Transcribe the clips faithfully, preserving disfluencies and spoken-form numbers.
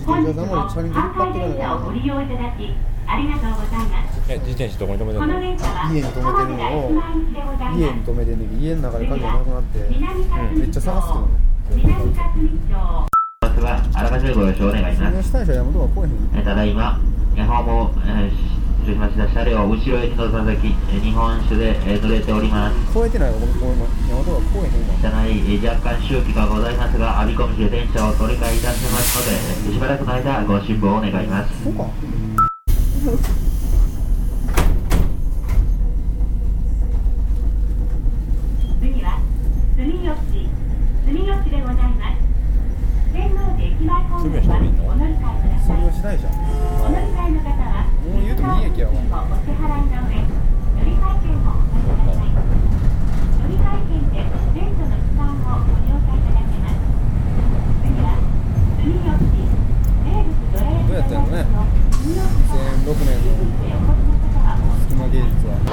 転車さんもチャリンコ引っ張ってるのかな。 ご利用いただきありがとうございます。 え、自転車どこに止めてるの？ 家に止めてるのを家に止めてんねんけど、家の中で鍵がなくなって、うん、めっちゃ探すの。 バスはあらかじめご了承お願いします。 大社山とは来えへん。 ただいま、ホーム、えー、失礼しました車両後ろへと座席、日本酒で、えー、乗れております。 超えてないわ、この山とは来えへんわ。 車内、えー、若干周期がございますが、阿鼻子道で電車を取り替えいたしますので、しばらくの間ご辛抱を願います。 そうか。 次は住吉住吉でございます。天王寺駅前方面はお乗り換えください。 住吉大社。 お乗り換えの方はもう言うともいい駅やわ。 お支払いの上、乗り換え券をお持ちください。乗り換え券で電車の期間をご了解いただけます。次は住吉名物どら焼きどうやったんやろね。にせんろくねんの隙間芸術は。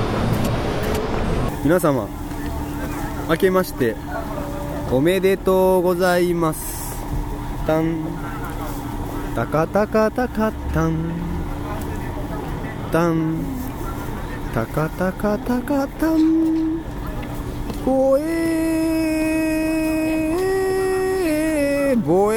皆様明けましておめでとうございます。たんたかたかたかたんたんたかたかたかたんぼえーぼ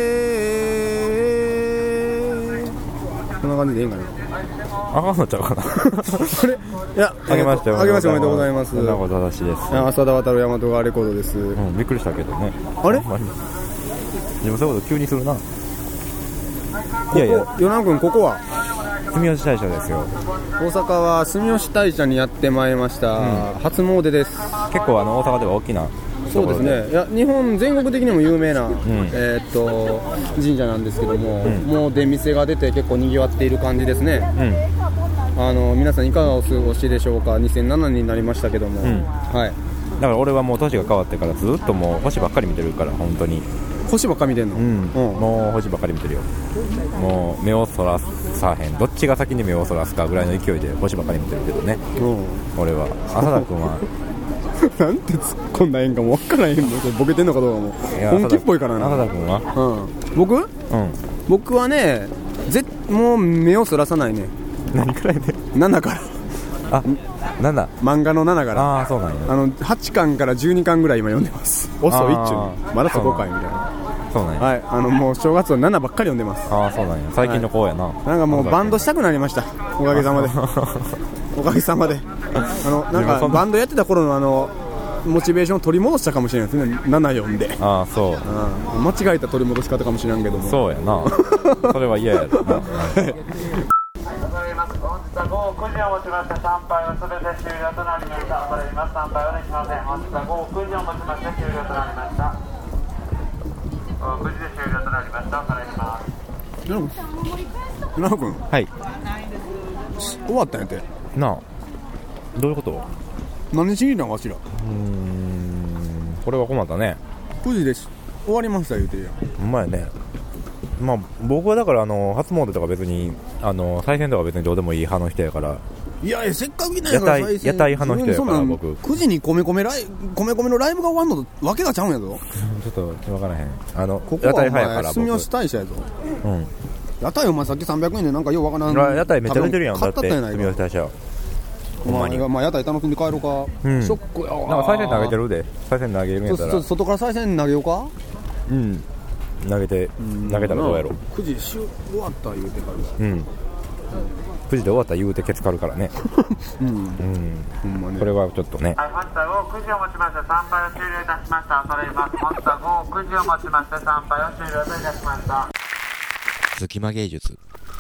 えーこんな感じでいいんかな。 あかんのちゃうかな。 これいやあげましてあげましておめでとうございます。 なこと正しいです。 浅田渡る大和川レコードです、 うん、びっくりしたけどね。 あれでもそういうこと急にするな。 ここいやいや、 与那君ここは住吉大社ですよ。 大阪は住吉大社にやってまいりました、うん、初詣です。 結構あの大阪では大きな。 そうですね。いや日本全国的にも有名な、うん、えー、っと神社なんですけども、うん、もう出店が出て結構賑わっている感じですね、うん、あの皆さんいかがお過ごしでしょうか。にせんななねんになりましたけども、うん、はい。 だから俺はもう年が変わってからずっともう星ばっかり見てるから、本当に星ばっかり見てんの、うん、 うん、もう星ばっかり見てるよ。もう目をそらさへん、どっちが先に目をそらすかぐらいの勢いで星ばっかり見てるけどね、うん、俺は。浅田君はなんて突っ込んだらええんかも分からへんの。ボケてんのかどうかも本気っぽいからな。 浅田君は、 うん、僕、うん、僕はねぜもう目をそらさないね。 何くらいでななからあ、なな漫画のななから。 ああ、そうなんや。 あのはちかんからじゅうにかんぐらい今読んでます。遅いっちゅうのまだそこかいみたいな。 そうなんや。 はい、あのもう正月はななばっかり読んでます。 ああ、そうなんや。最近の子やな、はい、 なんかもうバンドしたくなりました。おかげさまでおかげさまであのなんかバンドやってた頃のあのモチベーションを取り戻したかもしれないですね。なな読んで。 ああ、そう、 うん、間違えた取り戻し方かもしれんけども。 そうやなそれは嫌やろなごごくじをもちまして参拝はすべて終了となりました。恐れ入ります。参拝はできません。本日はごごくじをもちまして終了となりました。ごごくじで終了となりました。恐れ入ります。 なおくん、 はい、 終わったんやてなあ。どういうこと？ 何しにいたんかしら。 うーん、これは困ったね。 くじで終わりました言うてるやん。 ほんまやね。まあ、僕はだからあの初詣とか別にあの賽銭とか別にどうでもいい派の人やから。 いやいや、せっかく来ないから屋台屋台派の人やから僕。 くじに米米ライ米米のライブが終わんのとわけがちゃうんやぞちょっと分からへん。あのここはお前住吉大社やぞ。うん。屋台お前さっきさんびゃくえんでなんかようわからん。 屋台めっちゃ出てるやん。だって住吉大社。 お前がまあ屋台楽しんで帰ろうか。うん、ショックやわ。 なんか賽銭投げてるで。賽銭投げるんやったら。 外から賽銭投げようか。 うん。投げて投げたらどうやろう。 くじ終わった言うてから。 うん。くじで終わった言うてケツかるからね。うん。うん。ほんまね。これはちょっとね。 はい、本日はごごくじをもちまして参拝を終了いたしました。恐れ入ります。本日はごごくじをもちまして参拝を終了といたしました。 隙間芸術。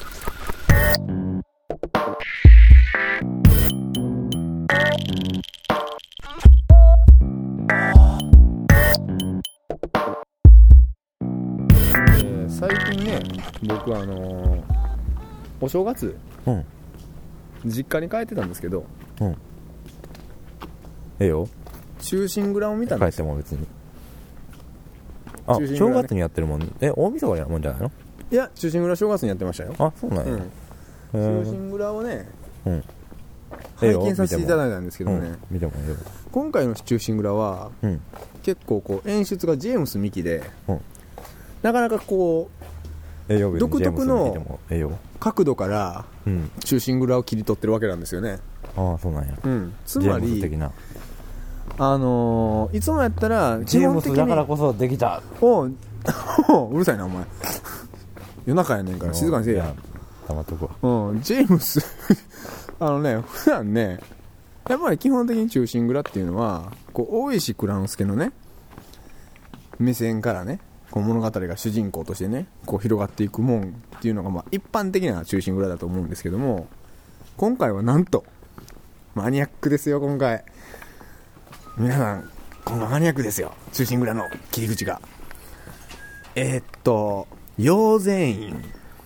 最近ね、僕はあのー、お正月、うん、実家に帰ってたんですけど、うん、 ええよ。 忠臣蔵を見たんです。 帰っても別に。あ、ね、正月にやってるもん。え、大晦日にやるもんじゃないの？ いや、忠臣蔵正月にやってましたよ。 あ、そうなんや。 忠臣蔵をね、うん、 拝見させていただいたんですけどね、うん、 見てもいいよ。 今回の忠臣蔵は、うん、結構こう演出がジェームス・ミキで、うん、なかなかこうええよ、別に独特のジェームス見てもええよ。 角度からうん。 中心蔵を切り取ってるわけなんですよね。 ああ、そうなんや。 うん、つジェまりームス的な。 あのー、いつもやったらジェーム基本的にスだからこそできた。 おううるさいなお前夜中やねんから静かにせえや。 黙っとくわ。 うん、ジェームスあのね普段ねやっぱり基本的に忠臣蔵っていうのはこう大石蔵之介のね目線からねこう物語が主人公としてねこう広がっていくもんっていうのがまあ一般的な忠臣蔵だと思うんですけども、今回はなんとマニアックですよ。今回皆さん今回マニアックですよ。忠臣蔵の切り口がえー、っと陽禅院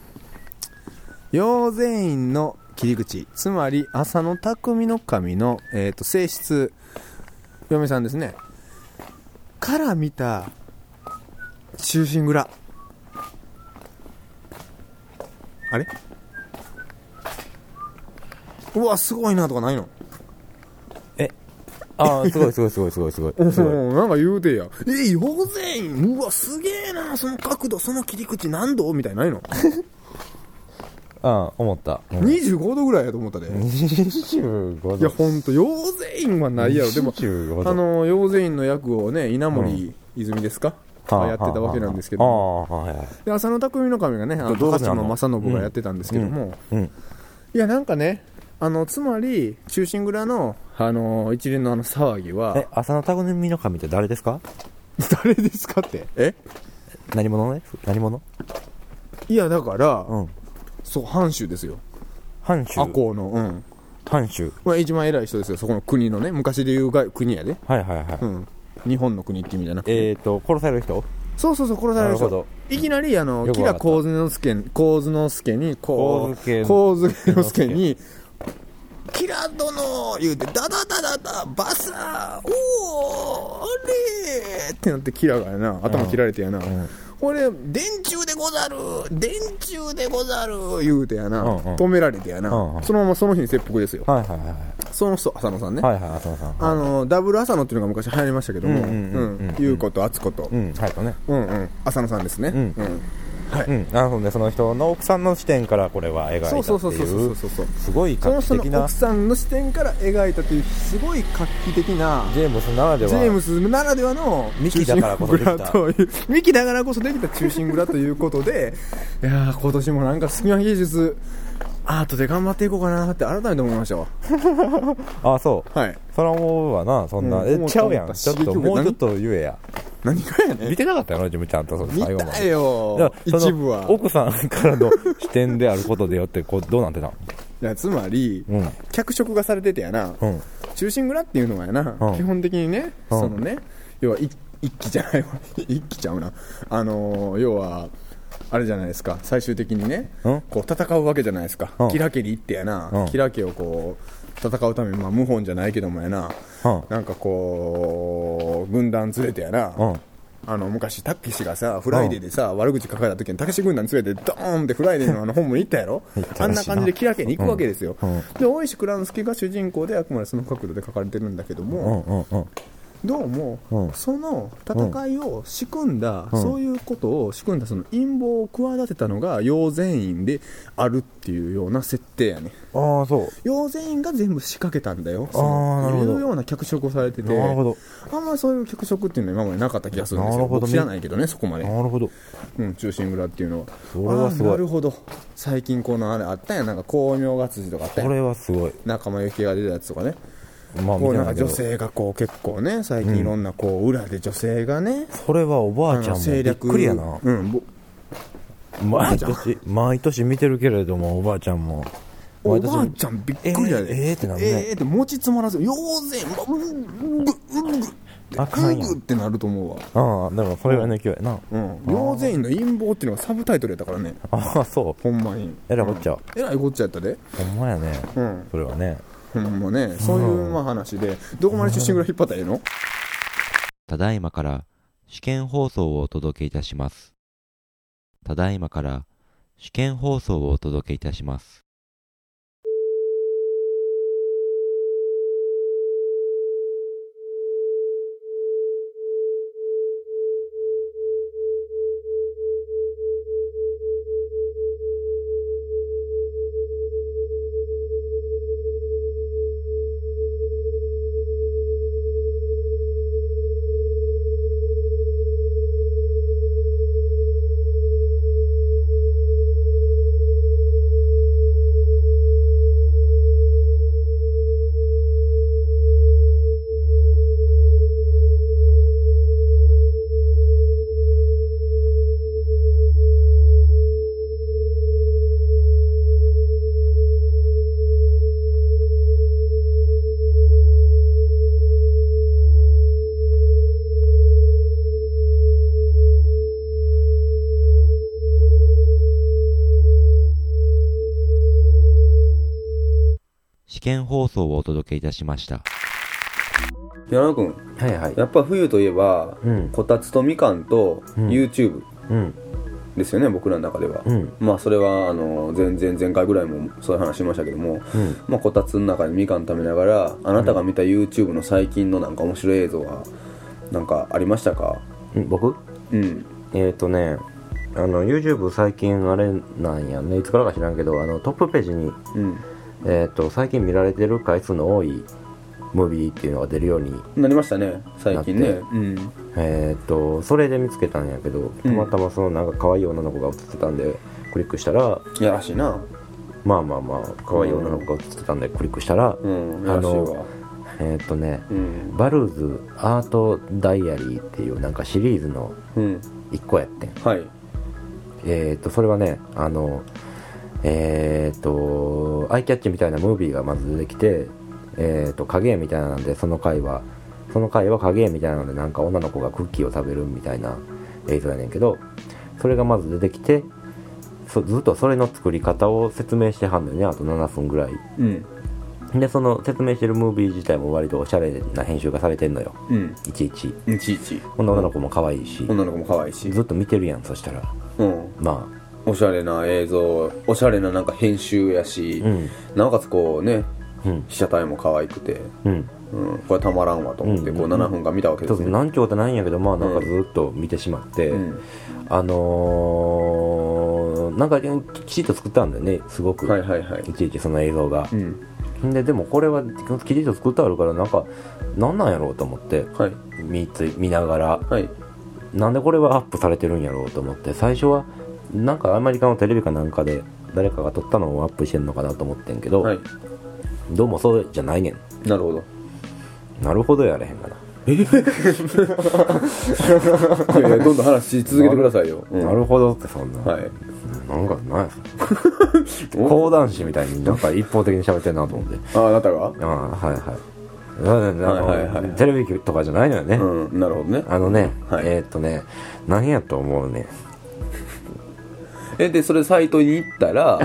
陽禅院の切り口、つまり浅野匠の神の、えー、と正室嫁さんですねから見た忠臣蔵。あれうわすごいなとかないの？ ああ、すごいすごいすごいすごいすごい。すごい。 うんなんか言うてやえ陽禅院うわすげえなその角度その切り口何度みたいなないの？ ああ、思った。うん、 にじゅうごどぐらいやと思ったで。 にじゅうごど。 いやほんと陽禅院はないやろ。でもにじゅうごどあの陽禅院の役をね稲森泉ですか、 うんがやってたわけなんですけど、 ああ、はいはい。 で浅野匠の神がねあの高どうなの島正信がやってたんですけども、 うん。 いやなんかねあのつまり忠臣蔵の、あの一連のあの騒ぎはえ、浅野匠の神って誰ですか？ 誰ですかってえ何者ね何者？ いやだから、 うん。 そう藩主ですよ。 藩主。 赤穂のうん藩主。 まあ一番偉い人ですよ。そこの国のね昔でいうが国やで、 はいはいはい。 うん日本の国って意味じゃなくて、 えーと、殺される人？ そうそうそう殺される人なるほど。 いきなりあの吉よくわかった良上之助上之助にこう上上之助にキラ殿言うてダダダダダバサーおーあれーってなってキラがやな頭切られてやな、 んこれ電柱でござる電柱でござる言うてやな、 うんうん止められてやな、 うんうんそのままその日に切腹ですよ。 はいはいはい。 その人浅野さんね、 はいはい、浅野さん。 あのダブル浅野っていうのが昔流行りましたけども、 うんうんうんうんうん優子と敦子と、 うん、はいとね。 うんうん浅野さんですね、 うんうんはい、 うん。なるほどね、その人の奥さんの視点からこれは描いたっていう。 そうそうそうそうそうそうすごいその人画期的なの奥さんの視点から描いたというすごい画期的なジェームスならでは。 ジェームスならではのミキだからこそできた忠臣蔵というミキだからこそできた忠臣蔵ということでいやー今年もなんか隙間芸術アートで頑張っていこうかなって改めて思いましたわ。 あ、そう。 はいそれは思うわな、そんな。え、 うん思ったちゃうやん。 思ったちょっと、もうちょっと言えや。 何がやねん見てなかったよな、自分ちゃんとその見最後まで。 たよだからその一部は奥さんからの視点であることでよって、こう、どうなってたの？ いやつまり、 うん。 脚色がされててやな、 うん。 忠臣蔵っていうのはやな、 うん基本的にね、 うんそのね要は一一揆じゃないわ一揆ちゃうなあのー要はあれじゃないですか最終的にね、 うんこう戦うわけじゃないですか、 うんキラ家に行ってやな、 うんキラ家をこう戦うために、まあ、謀反じゃないけどもやな、 うんなんかこう軍団連れてやな、 うん。 あの昔たけしがさフライデーでさ、悪口書かれた時にたけし軍団連れてドーンってフライデーのあの本部に行ったやろ行ったらしいなあんな感じでキラ家に行くわけですよ、 うんうんで大石蔵之介が主人公であくまでその角度で書かれてるんだけどうも、 んうんうん。 どうも、 うんその戦いを仕組んだ、 うんそういうことを仕組んだその陰謀を企てたのが陽禅院であるっていうような設定やね。 ああ、そう。 陽禅院が全部仕掛けたんだよ。 あーなるほどいうような脚色をされてて、 なるほど。 あんまりそういう脚色っていうのは今までなかった気がするんですよ。 なるほどね僕知らないけどねそこまで。 なるほど。 うん、忠臣蔵っていうのは。 それはすごいあーなるほど。最近このあれあったやんなんか光明月次とかあったやん。 これはすごい。 仲間由紀恵が出たやつとかね。 まあ、見こうなんかてないけど。 女性がこう結構ね最近いろんなこう裏で女性がね、 それはおばあちゃんもびっくりやな。 うん、ぼ毎年、毎年見てるけれども、おばあちゃんも。 お毎年ばあちゃんびっくりやで。 えーえーってなるねえーって持ちつまらず、ようぜん、うんぐ、うんぐ、 あかんやんうんぐってなると思うわ。 ああ、だからそれぐらいの勢いやな。 うん。陽禅院の陰謀っていうのがサブタイトルやったからね。 ああ、そう。 ほんまに。 えらいこっちゃ。 えらいこっちゃやったで。 ほんまやね。 うん。 それはね。 ほんまね。そういうまあ話で、どこまで出身ぐらい引っ張ったらええの？ ただいまから試験放送をお届けいたします。ただいまから試験放送をお届けいたします。 験放送をお届けいたしました。 矢野君、 はいはい。 やっぱ冬といえば、 うん、 こたつとみかんと YouTube うんですよね、僕らの中では、うん、まあそれはあの前々前回ぐらいもそういう話しましたけども、うん、まあ、こたつの中でみかん食べながら、あなたが見た YouTube の最近のなんか面白い映像はなんかありましたか？ うん、僕？うんえっとねあの YouTube 最近あれなんやね、いつからか知らんけど、あのトップページに、うん、えー、と最近見られてる回数の多いムービーっていうのが出るようになりましたね最近ね、うん、 えー、とそれで見つけたんやけど、たまたまそのなんか可愛い女の子が映ってたんでクリックしたら、 やらしいな、 まあまあまあ可愛い女の子が映ってたんでクリックしたら、うん、あのえっ、ー、とね、うん、バルーズアートダイアリーっていうなんかシリーズのいっこやってん、うん、はい、えっ、ー、とそれはねあのえっ、ー、とアイキャッチみたいなムービーがまず出てきて、えー、と影絵みたいなんで、その回はその回は影絵みたいなので、なんか女の子がクッキーを食べるみたいな映像やねんけど、それがまず出てきて、そずっとそれの作り方を説明してはんのよね、あとななふんぐらい、うん、でその説明してるムービー自体も割とおしゃれな編集がされてんのよ、うん、いちいちいちいち女の子も可愛いし、 女の子も可愛いし、 ずっと見てるやん。そしたら、うん、まあおしゃれな映像、おしゃれななんか編集やし、うん、なおかつこうね、うん、被写体も可愛くて、うんうん、これたまらんわと思って、うん、こうななふんか見たわけですね。 何兆ってないんやけど、まあなんかずっと見てしまって、うん、あのー、なんかきちっと作ったんだよね、すごく、はいはいはい、いちいちその映像が、うん、ででもこれはきちっと作ってあるから、なんかなんなんやろうと思って、はい、見, つ見ながら、はい、なんでこれはアップされてるんやろうと思って、最初はなんかアメリカのテレビかなんかで誰かが撮ったのをアップしてんのかなと思ってんけど、はい、どうもそうじゃないねん。 なるほど。 なるほどやれへんかな。えいやどんどん話し続けてくださいよ。 な る,、うん、なるほどってそんな。はい。なんかなんや講談師みたいになんか一方的に喋ってんなと思って。 ああ、あなたが？ああ、はいはい。はいはいはい、テレビとかじゃないのよね、 うん、なるほどね。 あのね、はい、えー、っとね何やと思うね。 えでそれサイトに行ったら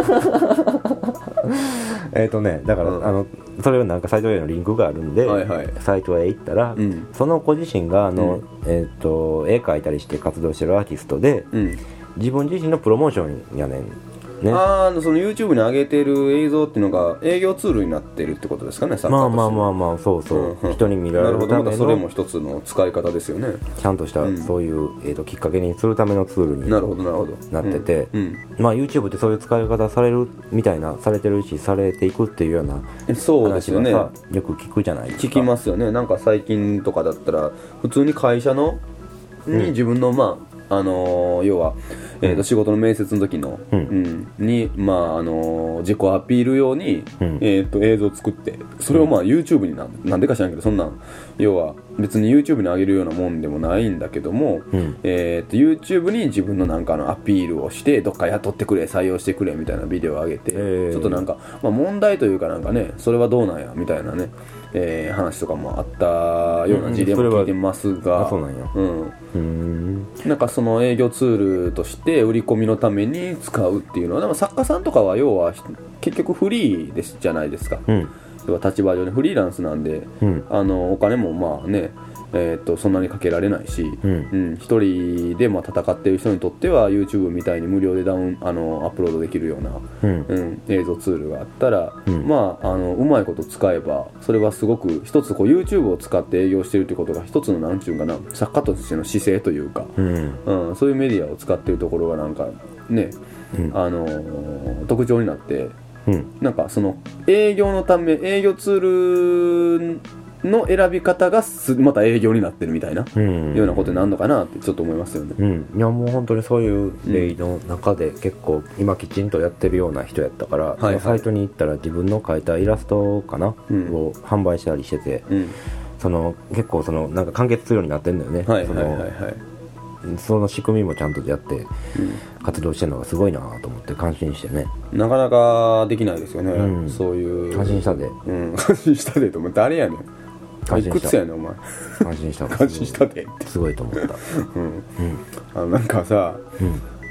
えっとねだから、うん、あのそれはなんかサイトへのリンクがあるんで、はいはい、サイトへ行ったら、うん、その子自身があの、うん、えー、っと絵描いたりして活動してるアーティストで、うん、自分自身のプロモーションやねんね。 ああ、その YouTube に上げてる映像っていうのが営業ツールになってるってことですかね。 まあまあまあまあ、そうそう、うんうん、人に見られるための、 それも一つの使い方ですよね。 ちゃんとした、うん、そういう、えーと、きっかけにするためのツールになってて、うんうん、まあ YouTube ってそういう使い方されるみたいな、されてるしされていくっていうようなそうですよね。 よく聞くじゃないですか。 聞きますよね。なんか最近とかだったら普通に会社のに自分のまああのー、要は、えーと、仕事の面接の時の、うんうん、に、まああのー、自己アピール用に、うん、えーと、映像を作ってそれをまあ YouTube にな、なんでか知らんけど、そんなん要は別に YouTube に上げるようなもんでもないんだけども、うん、えーと、YouTube に自分のなんかのアピールをしてどっか雇ってくれ採用してくれみたいなビデオを上げて、えー、ちょっとなんか、まあ、問題というかなんかね、それはどうなんやみたいなね、えー、話とかもあったような事例も聞いてますが、 うん、そうなんや、うん、うーんなんかその営業ツールとして売り込みのために使うっていうのは、でも作家さんとかは要は結局フリーですじゃないですか、うん、要は立場上でフリーランスなんで、うん、あのお金もまあね、えー、とそんなにかけられないし、うんうん、一人でまあ戦っている人にとっては YouTube みたいに無料でダウンあのアップロードできるような、うんうん、映像ツールがあったら、うん、まあ、あのうまいこと使えばそれはすごく一つこう YouTube を使って営業しているということが一つのなんちゅうかな、作家としての姿勢というか、うんうん、そういうメディアを使っているところがなんかね、うん、あのー、特徴になって、うん、なんかその営業のため営業ツールの選び方がまた営業になってるみたいな、うん、ようなことになるのかなってちょっと思いますよね、 うん、いやもう本当にそういう例の中で結構今きちんとやってるような人やったから、はいはい、サイトに行ったら自分の描いたイラストかな、うん、を販売したりしてて、うん、その結構そのなんか完結するようになってるんだよね、はいはいはいはい、その仕組みもちゃんとやって活動してるのがすごいなと思って感心してね。 なかなかできないですよね、うん、そういう感心したで、 うん、感心したでと思って誰やねん、いくつやねんお前、 感心した感心したでってすごいと思った、 うんうん、あのなんかさ、うん、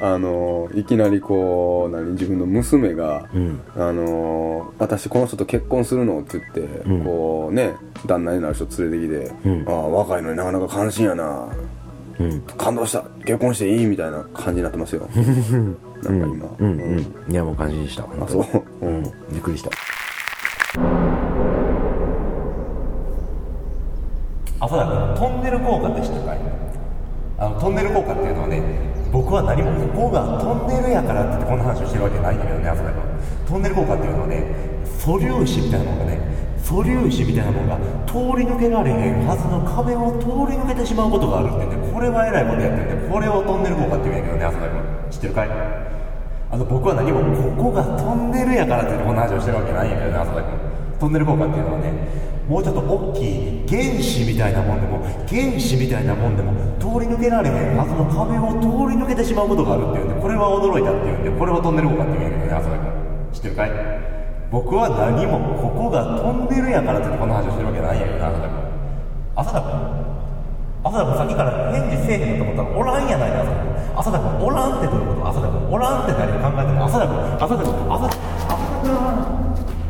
あのいきなりこう何自分の娘が、 うん、 あの私この人と結婚するのって言って、うん、こうね旦那になる人連れてきて、うん、ああ若いのになかなか関心やな、うん、感動した結婚していいみたいな感じになってますよなんか今、うんうんうん、いやもう感心した。 あそう、うん、 びっくりした。 浅田君、トンネル効果でしたかい？あのトンネル効果っていうのはね、僕は何もここがトンネルやからって言ってこんな話をしてるわけないんだけどね、浅田君。トンネル効果っていうのはね、素粒子みたいなものがね、素粒子みたいなものが通り抜けられへんはずの壁を通り抜けてしまうことがあるって言って、これはえらいことやってるんで、これをトンネル効果って言うんやけどね、浅田君。知ってるかい？あの僕は何もここがトンネルやからって言ってこんな話をしてるわけないんやけどね、浅田君。トンネル効果っていうのはね、もうちょっと大きい原子みたいなもんでも原子みたいなもんでも通り抜けられへんはずの壁を通り抜けてしまうことがあるっていうんで、これは驚いたっていうんで、これをトンネル効果って言うんやけどね、浅田君。知ってるかい？僕は何もここがトンネルやからってこんな話をしてるわけないんやけどね、浅田君。浅田君浅田君、さっきから返事せえへんと思ったらおらんやないか、浅田君。浅田君おらんってどういうこと？浅田君おらんって何を考えてるの？浅田君浅田君浅田君浅田君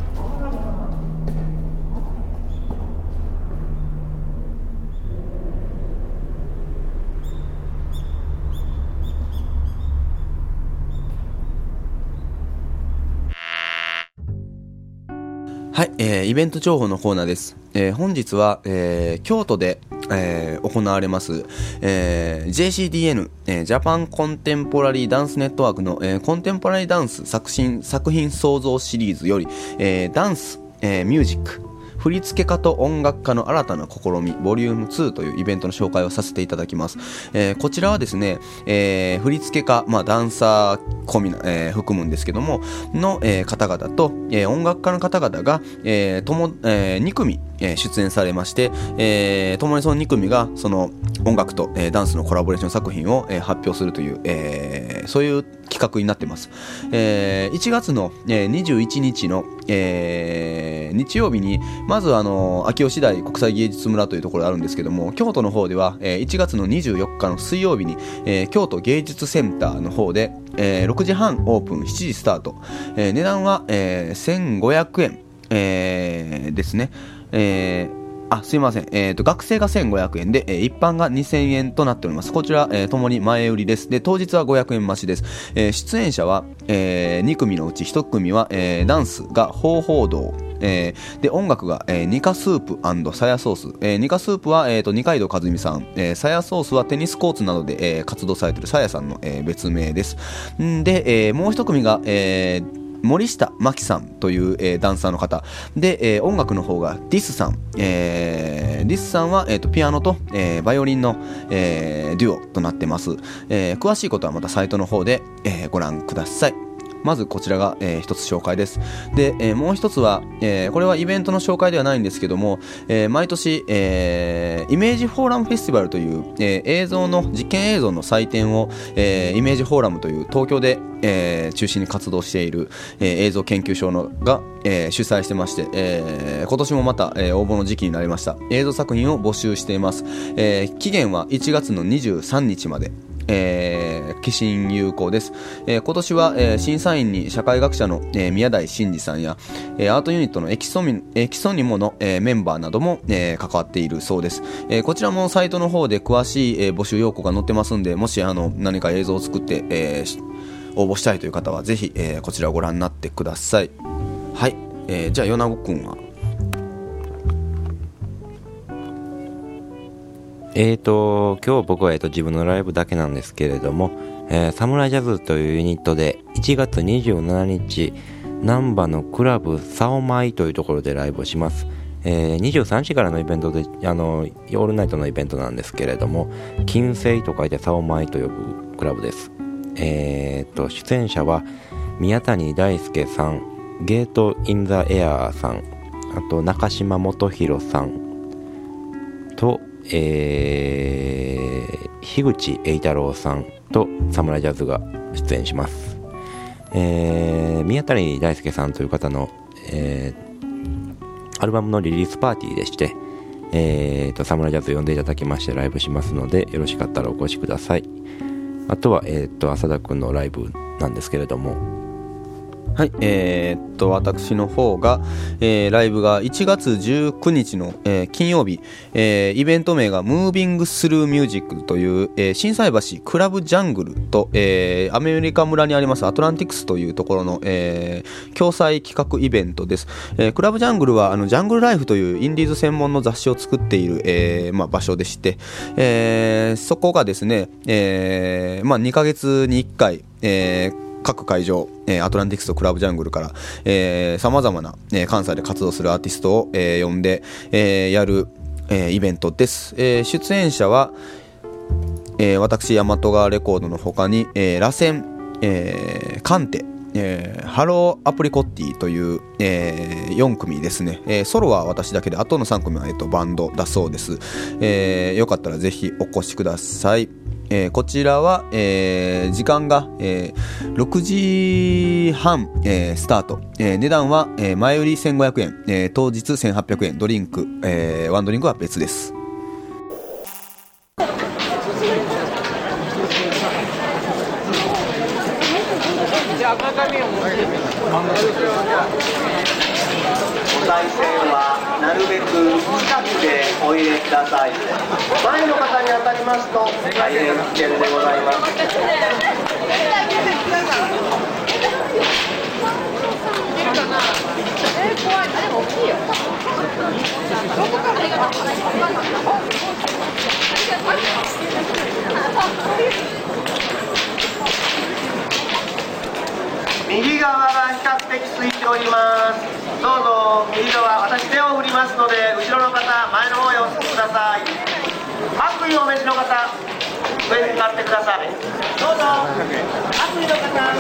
はい、えー、イベント情報のコーナーです。えー、本日は、えー、京都で、えー、行われます、えー、ジェーシーディーエヌ、えー、ジャパンコンテンポラリーダンスネットワークの、えー、コンテンポラリーダンス作品、作品創造シリーズより、えー、ダンス、えー、ミュージック振付家と音楽家の新たな試みボリュームツーというイベントの紹介をさせていただきます。えー、こちらはですね、えー、振付家、まあ、ダンサー込みな、えー、含むんですけどもの、えー、方々と、えー、音楽家の方々が、えーともえー、に組、えー、出演されまして、えー、ともにそのに組がその音楽と、えー、ダンスのコラボレーション作品を、えー、発表するという、えー、そういう企画になっています。えー、いちがつの、えー、にじゅういちにちの、えー、日曜日にまずあの秋吉台国際芸術村というところがあるんですけども、京都の方では、えー、いちがつのにじゅうよっかの水曜日に、えー、京都芸術センターの方で、えー、ろくじはんオープンしちじスタート、えー、値段は、えー、せんごひゃくえん、えー、ですね。えーあ、すいません。えっと、学生がせんごひゃくえんで、えー、一般がにせんえんとなっております。こちら、えー、ともに前売りです。で、当日はごひゃくえん増しです。えー、出演者は、えー、に組のうちいち組は、えー、ダンスが方法道、えー、で、音楽が、えー、ニカスープ&サヤソース。えー、ニカスープは、えーと、二階堂和美さん。えー、サヤソースはテニスコーツなどで、えー、活動されているサヤさんの、えー、別名です。んで、えー、もう一組が、えー森下真希さんという、えー、ダンサーの方で、えー、音楽の方がディスさん、えー、ディスさんは、えー、とピアノと、えー、バイオリンの、えー、デュオとなってます。えー、詳しいことはまたサイトの方で、えー、ご覧ください。まずこちらが、えー、一つ紹介です。で、えー、もう一つは、えー、これはイベントの紹介ではないんですけども、えー、毎年、えー、イメージフォーラムフェスティバルという、えー、映像の実験映像の祭典を、えー、イメージフォーラムという東京で、えー、中心に活動している、えー、映像研究所のが、えー、主催してまして、えー、今年もまた、えー、応募の時期になりました。映像作品を募集しています。えー、期限はいちがつのにじゅうさんにちまで。えー、寄進有効です。えー、今年は、えー、審査員に社会学者の、えー、宮台真司さんや、えー、アートユニットのエキソミ、エキソニモの、えー、メンバーなども、えー、関わっているそうです。えー、こちらもサイトの方で詳しい、えー、募集要項が載ってますんで、もしあの何か映像を作って、えー、応募したいという方はぜひ、えー、こちらをご覧になってください。はい、えー、じゃあ米子くんはえーと、今日僕は、えーと、自分のライブだけなんですけれども、えー、サムライジャズというユニットでいちがつにじゅうしちにち、難波のクラブサオマイというところでライブをします。えー、にじゅうさんじからのイベントで、あの、オールナイトのイベントなんですけれども、金星と書いてサオマイと呼ぶクラブです。えーと、出演者は宮谷大輔さん、ゲートインザエアーさん、あと中島元弘さんと、えー、樋口栄太郎さんとサムライジャズが出演します。えー、宮谷大輔さんという方の、えー、アルバムのリリースパーティーでして、えーと、サムライジャズ呼んでいただきましてライブしますので、よろしかったらお越しください。 あとは、えー、と浅田くんのライブなんですけれども、 はい、えー、っと私の方が、えー、ライブがいちがつじゅうくにちの、えー、金曜日、えー、イベント名が Moving Through Music という、えー、心斎橋クラブジャングルと、えー、アメリカ村にありますアトランティクスというところの、えー、共催企画イベントです。えー、クラブジャングルはあのジャングルライフというインディーズ専門の雑誌を作っている、えーまあ、場所でして、えー、そこがですね、えーまあ、にかげつにいっかい、えー各会場、えー、アトランティクスとクラブジャングルからさまざまな、えー、関西で活動するアーティストを、えー、呼んで、えー、やる、えー、イベントです。えー、出演者は、えー、私大和川レコードの他に、えー、螺旋、えー、カンテ、えー、ハローアプリコッティという、えー、よんくみですね。えー、ソロは私だけで、あとのさんくみは、えー、とバンドだそうです。えー、よかったらぜひお越しください。えー、こちらは、えー、時間が、えー、ろくじはん、えー、スタート、えー、値段は、えー、前売りせんごひゃくえん、えー、当日せんはっぴゃくえん、ドリンク、えー、ワンドリンクは別です。 お賽銭はなるべく近くでお入れください。前の方に当たりますと大変危険でございます。右側が比較的空いております。どうぞ右側、私手を振りますので後ろの方前の方へお進みください。白衣をお召しの方上に向かってください。どうぞ白衣の方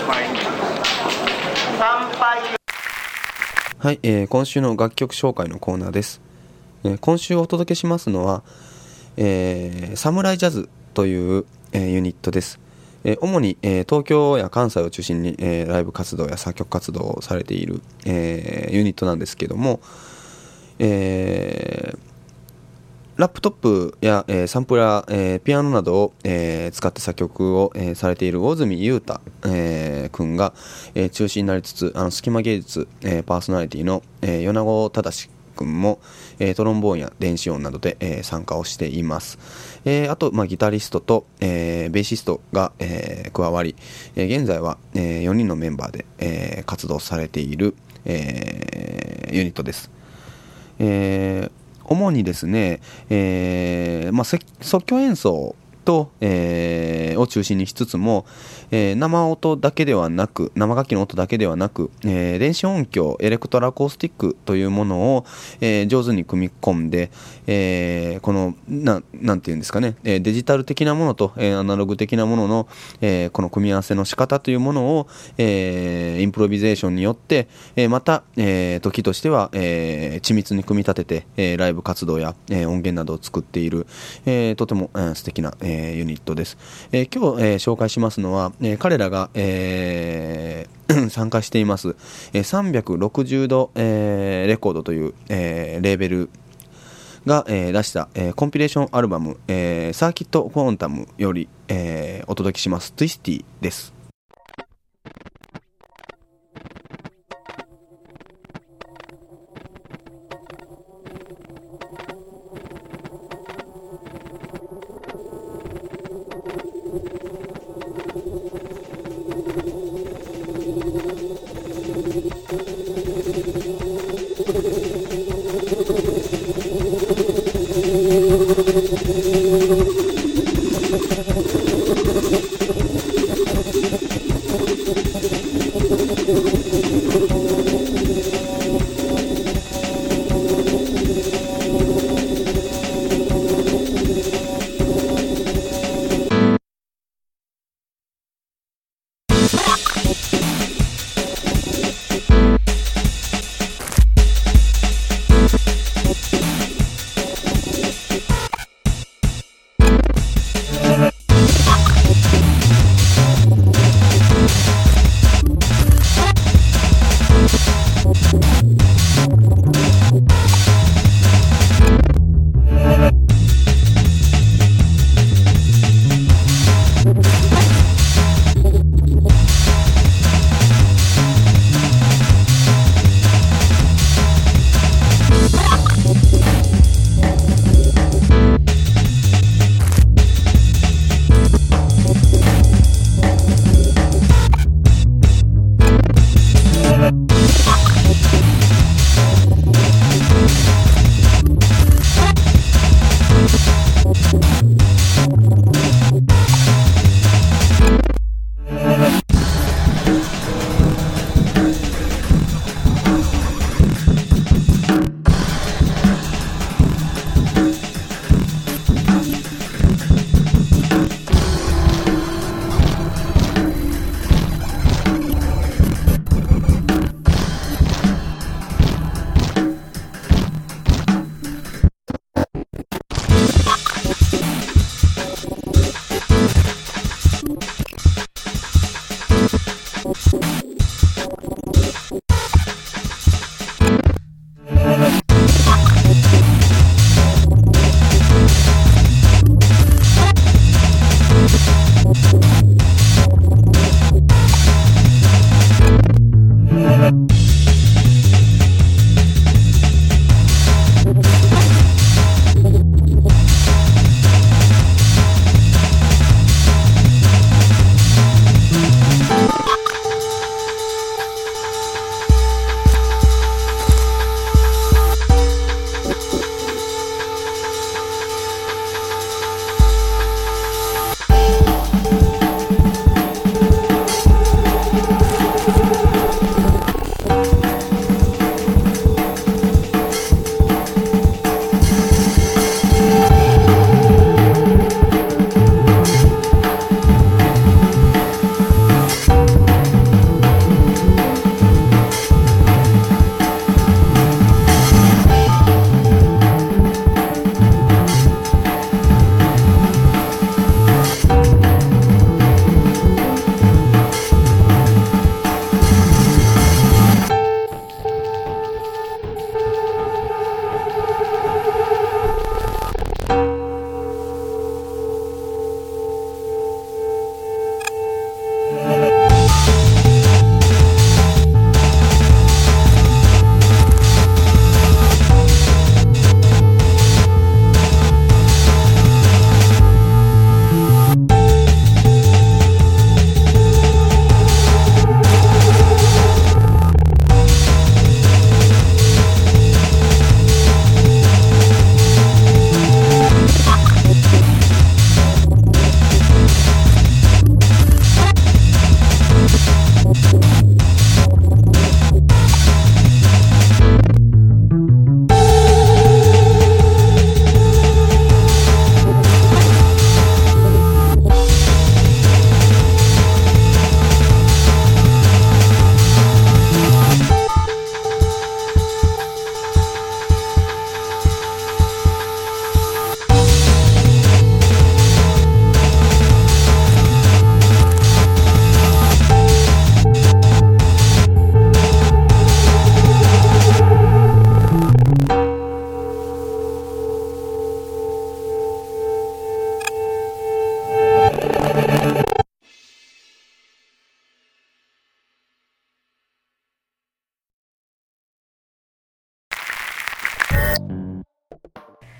参拝。 はい、えー、今週の楽曲紹介のコーナーです。えー、今週お届けしますのは、えー、サムライジャズという、えー、ユニットです。えー、主に、えー、東京や関西を中心に、えー、ライブ活動や作曲活動をされている、えー、ユニットなんですけども、えー、ラップトップや、えー、サンプラー、えー、ピアノなどを、えー、使って作曲を、えー、されている大住裕太、えー、君が、えー、中心になりつつ、あの隙間芸術、えー、パーソナリティの、えー、米子忠君も、えー、トロンボーンや電子音などで、えー、参加をしています。えー、あと、まあ、ギタリストと、えー、ベーシストが、えー、加わり、えー、現在は、えー、よにんのメンバーで、えー、活動されている、えー、ユニットです。えー、主にですね、えーまあ、即興演奏と、えー、を中心にしつつも、えー、生音だけではなく生楽器の音だけではなく、えー、電子音響エレクトロアコースティックというものを、えー、上手に組み込んで、えー、このななんていうんですかね、えー、デジタル的なものと、えー、アナログ的なものの、えー、この組み合わせの仕方というものを、えー、インプロビゼーションによって、えー、また、えー、時としては、えー、緻密に組み立てて、えー、ライブ活動や、えー、音源などを作っている、えー、とても、えー、素敵な、えーユニットです。えー、今日、えー、紹介しますのは、えー、彼らが、えー、参加しています、えー、さんびゃくろくじゅうど、えー、レコードという、えー、レーベルが、えー、出した、えー、コンピレーションアルバム、えー、サーキットクォンタムより、えー、お届けしますトゥイスティです。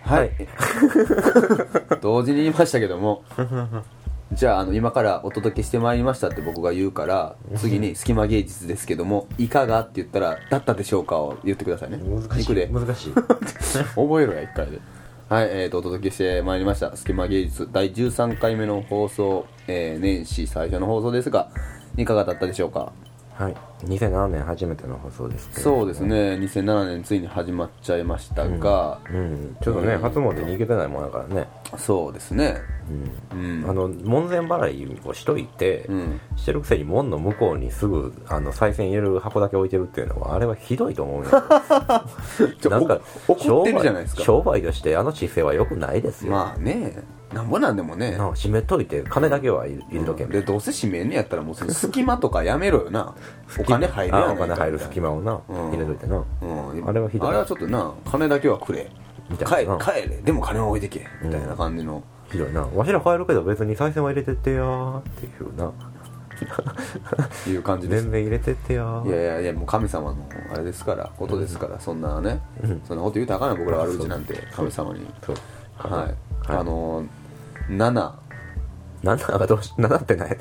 はい同時に言いましたけどもじゃあ、あの今からお届けしてまいりましたって僕が言うから次に隙間芸術ですけどもいかがって言ったらだったでしょうかを言ってくださいね。 難しいで難しい覚えろや一回で。はい、えーとお届けしてまいりました隙間芸術だいじゅうさんかいめの放送、えー、年始最初の放送ですがいかがだったでしょうか。 はい、にせんななねん初めての放送ですけど、 そうですね、にせんななねんついに始まっちゃいましたが、 うんうん、ちょっとね、うん、初詣に行けてないもんだからね。 そうですね、 うんうん、あの門前払いをしといて、うん、してるくせに門の向こうにすぐあの賽銭入れる箱だけ置いてるっていうのはあれはひどいと思うんやけどなんか怒ってるじゃないですか。 商売としてあの姿勢は良くないですよ。 まあね、なんぼなんでもね、 な閉めといて金だけは入れとけ、うん、 でどうせ閉めんねやったらもう隙間とかやめろよなお金入るやん。 お金入る隙間をな、うん、入れといてな、うん、あれはひどい。 あれはちょっとな金だけはくれみたいな、帰れでも金は置いてけみたいな感じの、 うん、ひどいな。わしら帰るけど別に賽銭は入れてってやーっていうないう感じです。 全然入れてってやー。 いやいやいや、もう神様のあれですからことですから、うん、そんなね、うん、そんなこと言うたらあかんない僕ら悪口なんて神様に。そうはい、はい、あのーなななながどうしななってない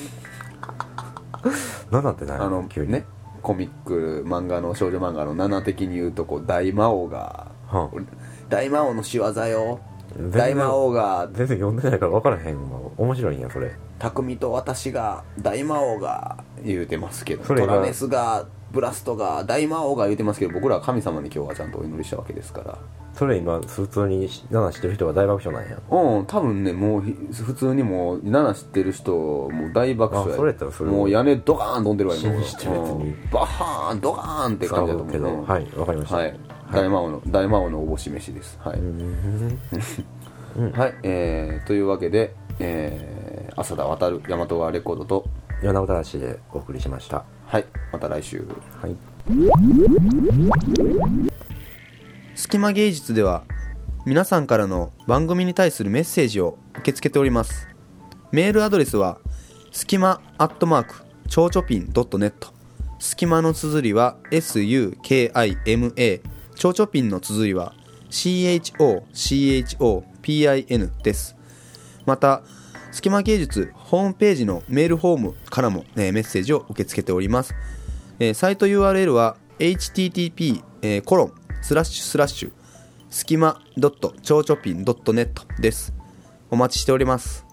ななってないあの急にねコミック漫画の少女漫画のなな的に言うとこう大魔王が、はあ、大魔王の仕業よ。大魔王が全然読んでないから分からへんわ。面白いんやそれ。 匠と私が大魔王が言うてますけど、トラネスがブラストが大魔王が言うてますけど、僕らは神様に今日はちゃんとお祈りしたわけですから。 それ今普通になな知ってる人は大爆笑なんや。 うん多分ね、もう普通にもうなな知ってる人もう大爆笑や。 あそれやったらそれもう屋根ドカーン飛んでるわ今。 信じて別にバハーンドカーンって感じだと思うけど、ね、はいわかりました、はい、 大魔王の大魔王のおぼし飯です。はい、うん、はい、えー、というわけで、えー、浅田渡る大和川レコードと米子正でお送りしました。 はい、また来週。 はい。 隙間芸術では皆さんからの番組に対するメッセージを受け付けております。メールアドレスはすきまアットマークちょうちょぴん ドットネット、 すきまの綴りは エスユーケーアイエムエー、 ちょうちょぴんの綴りは シーエイチオーシーエイチオーピーアイエヌ です。また隙間芸術ホームページのメールフォームからも、ね、メッセージを受け付けております。えー、サイト ユーアールエル は エイチティーティーピー、えー、コロンスラッシュスラッシュすきま .ちょうちょぴん .net です。お待ちしております。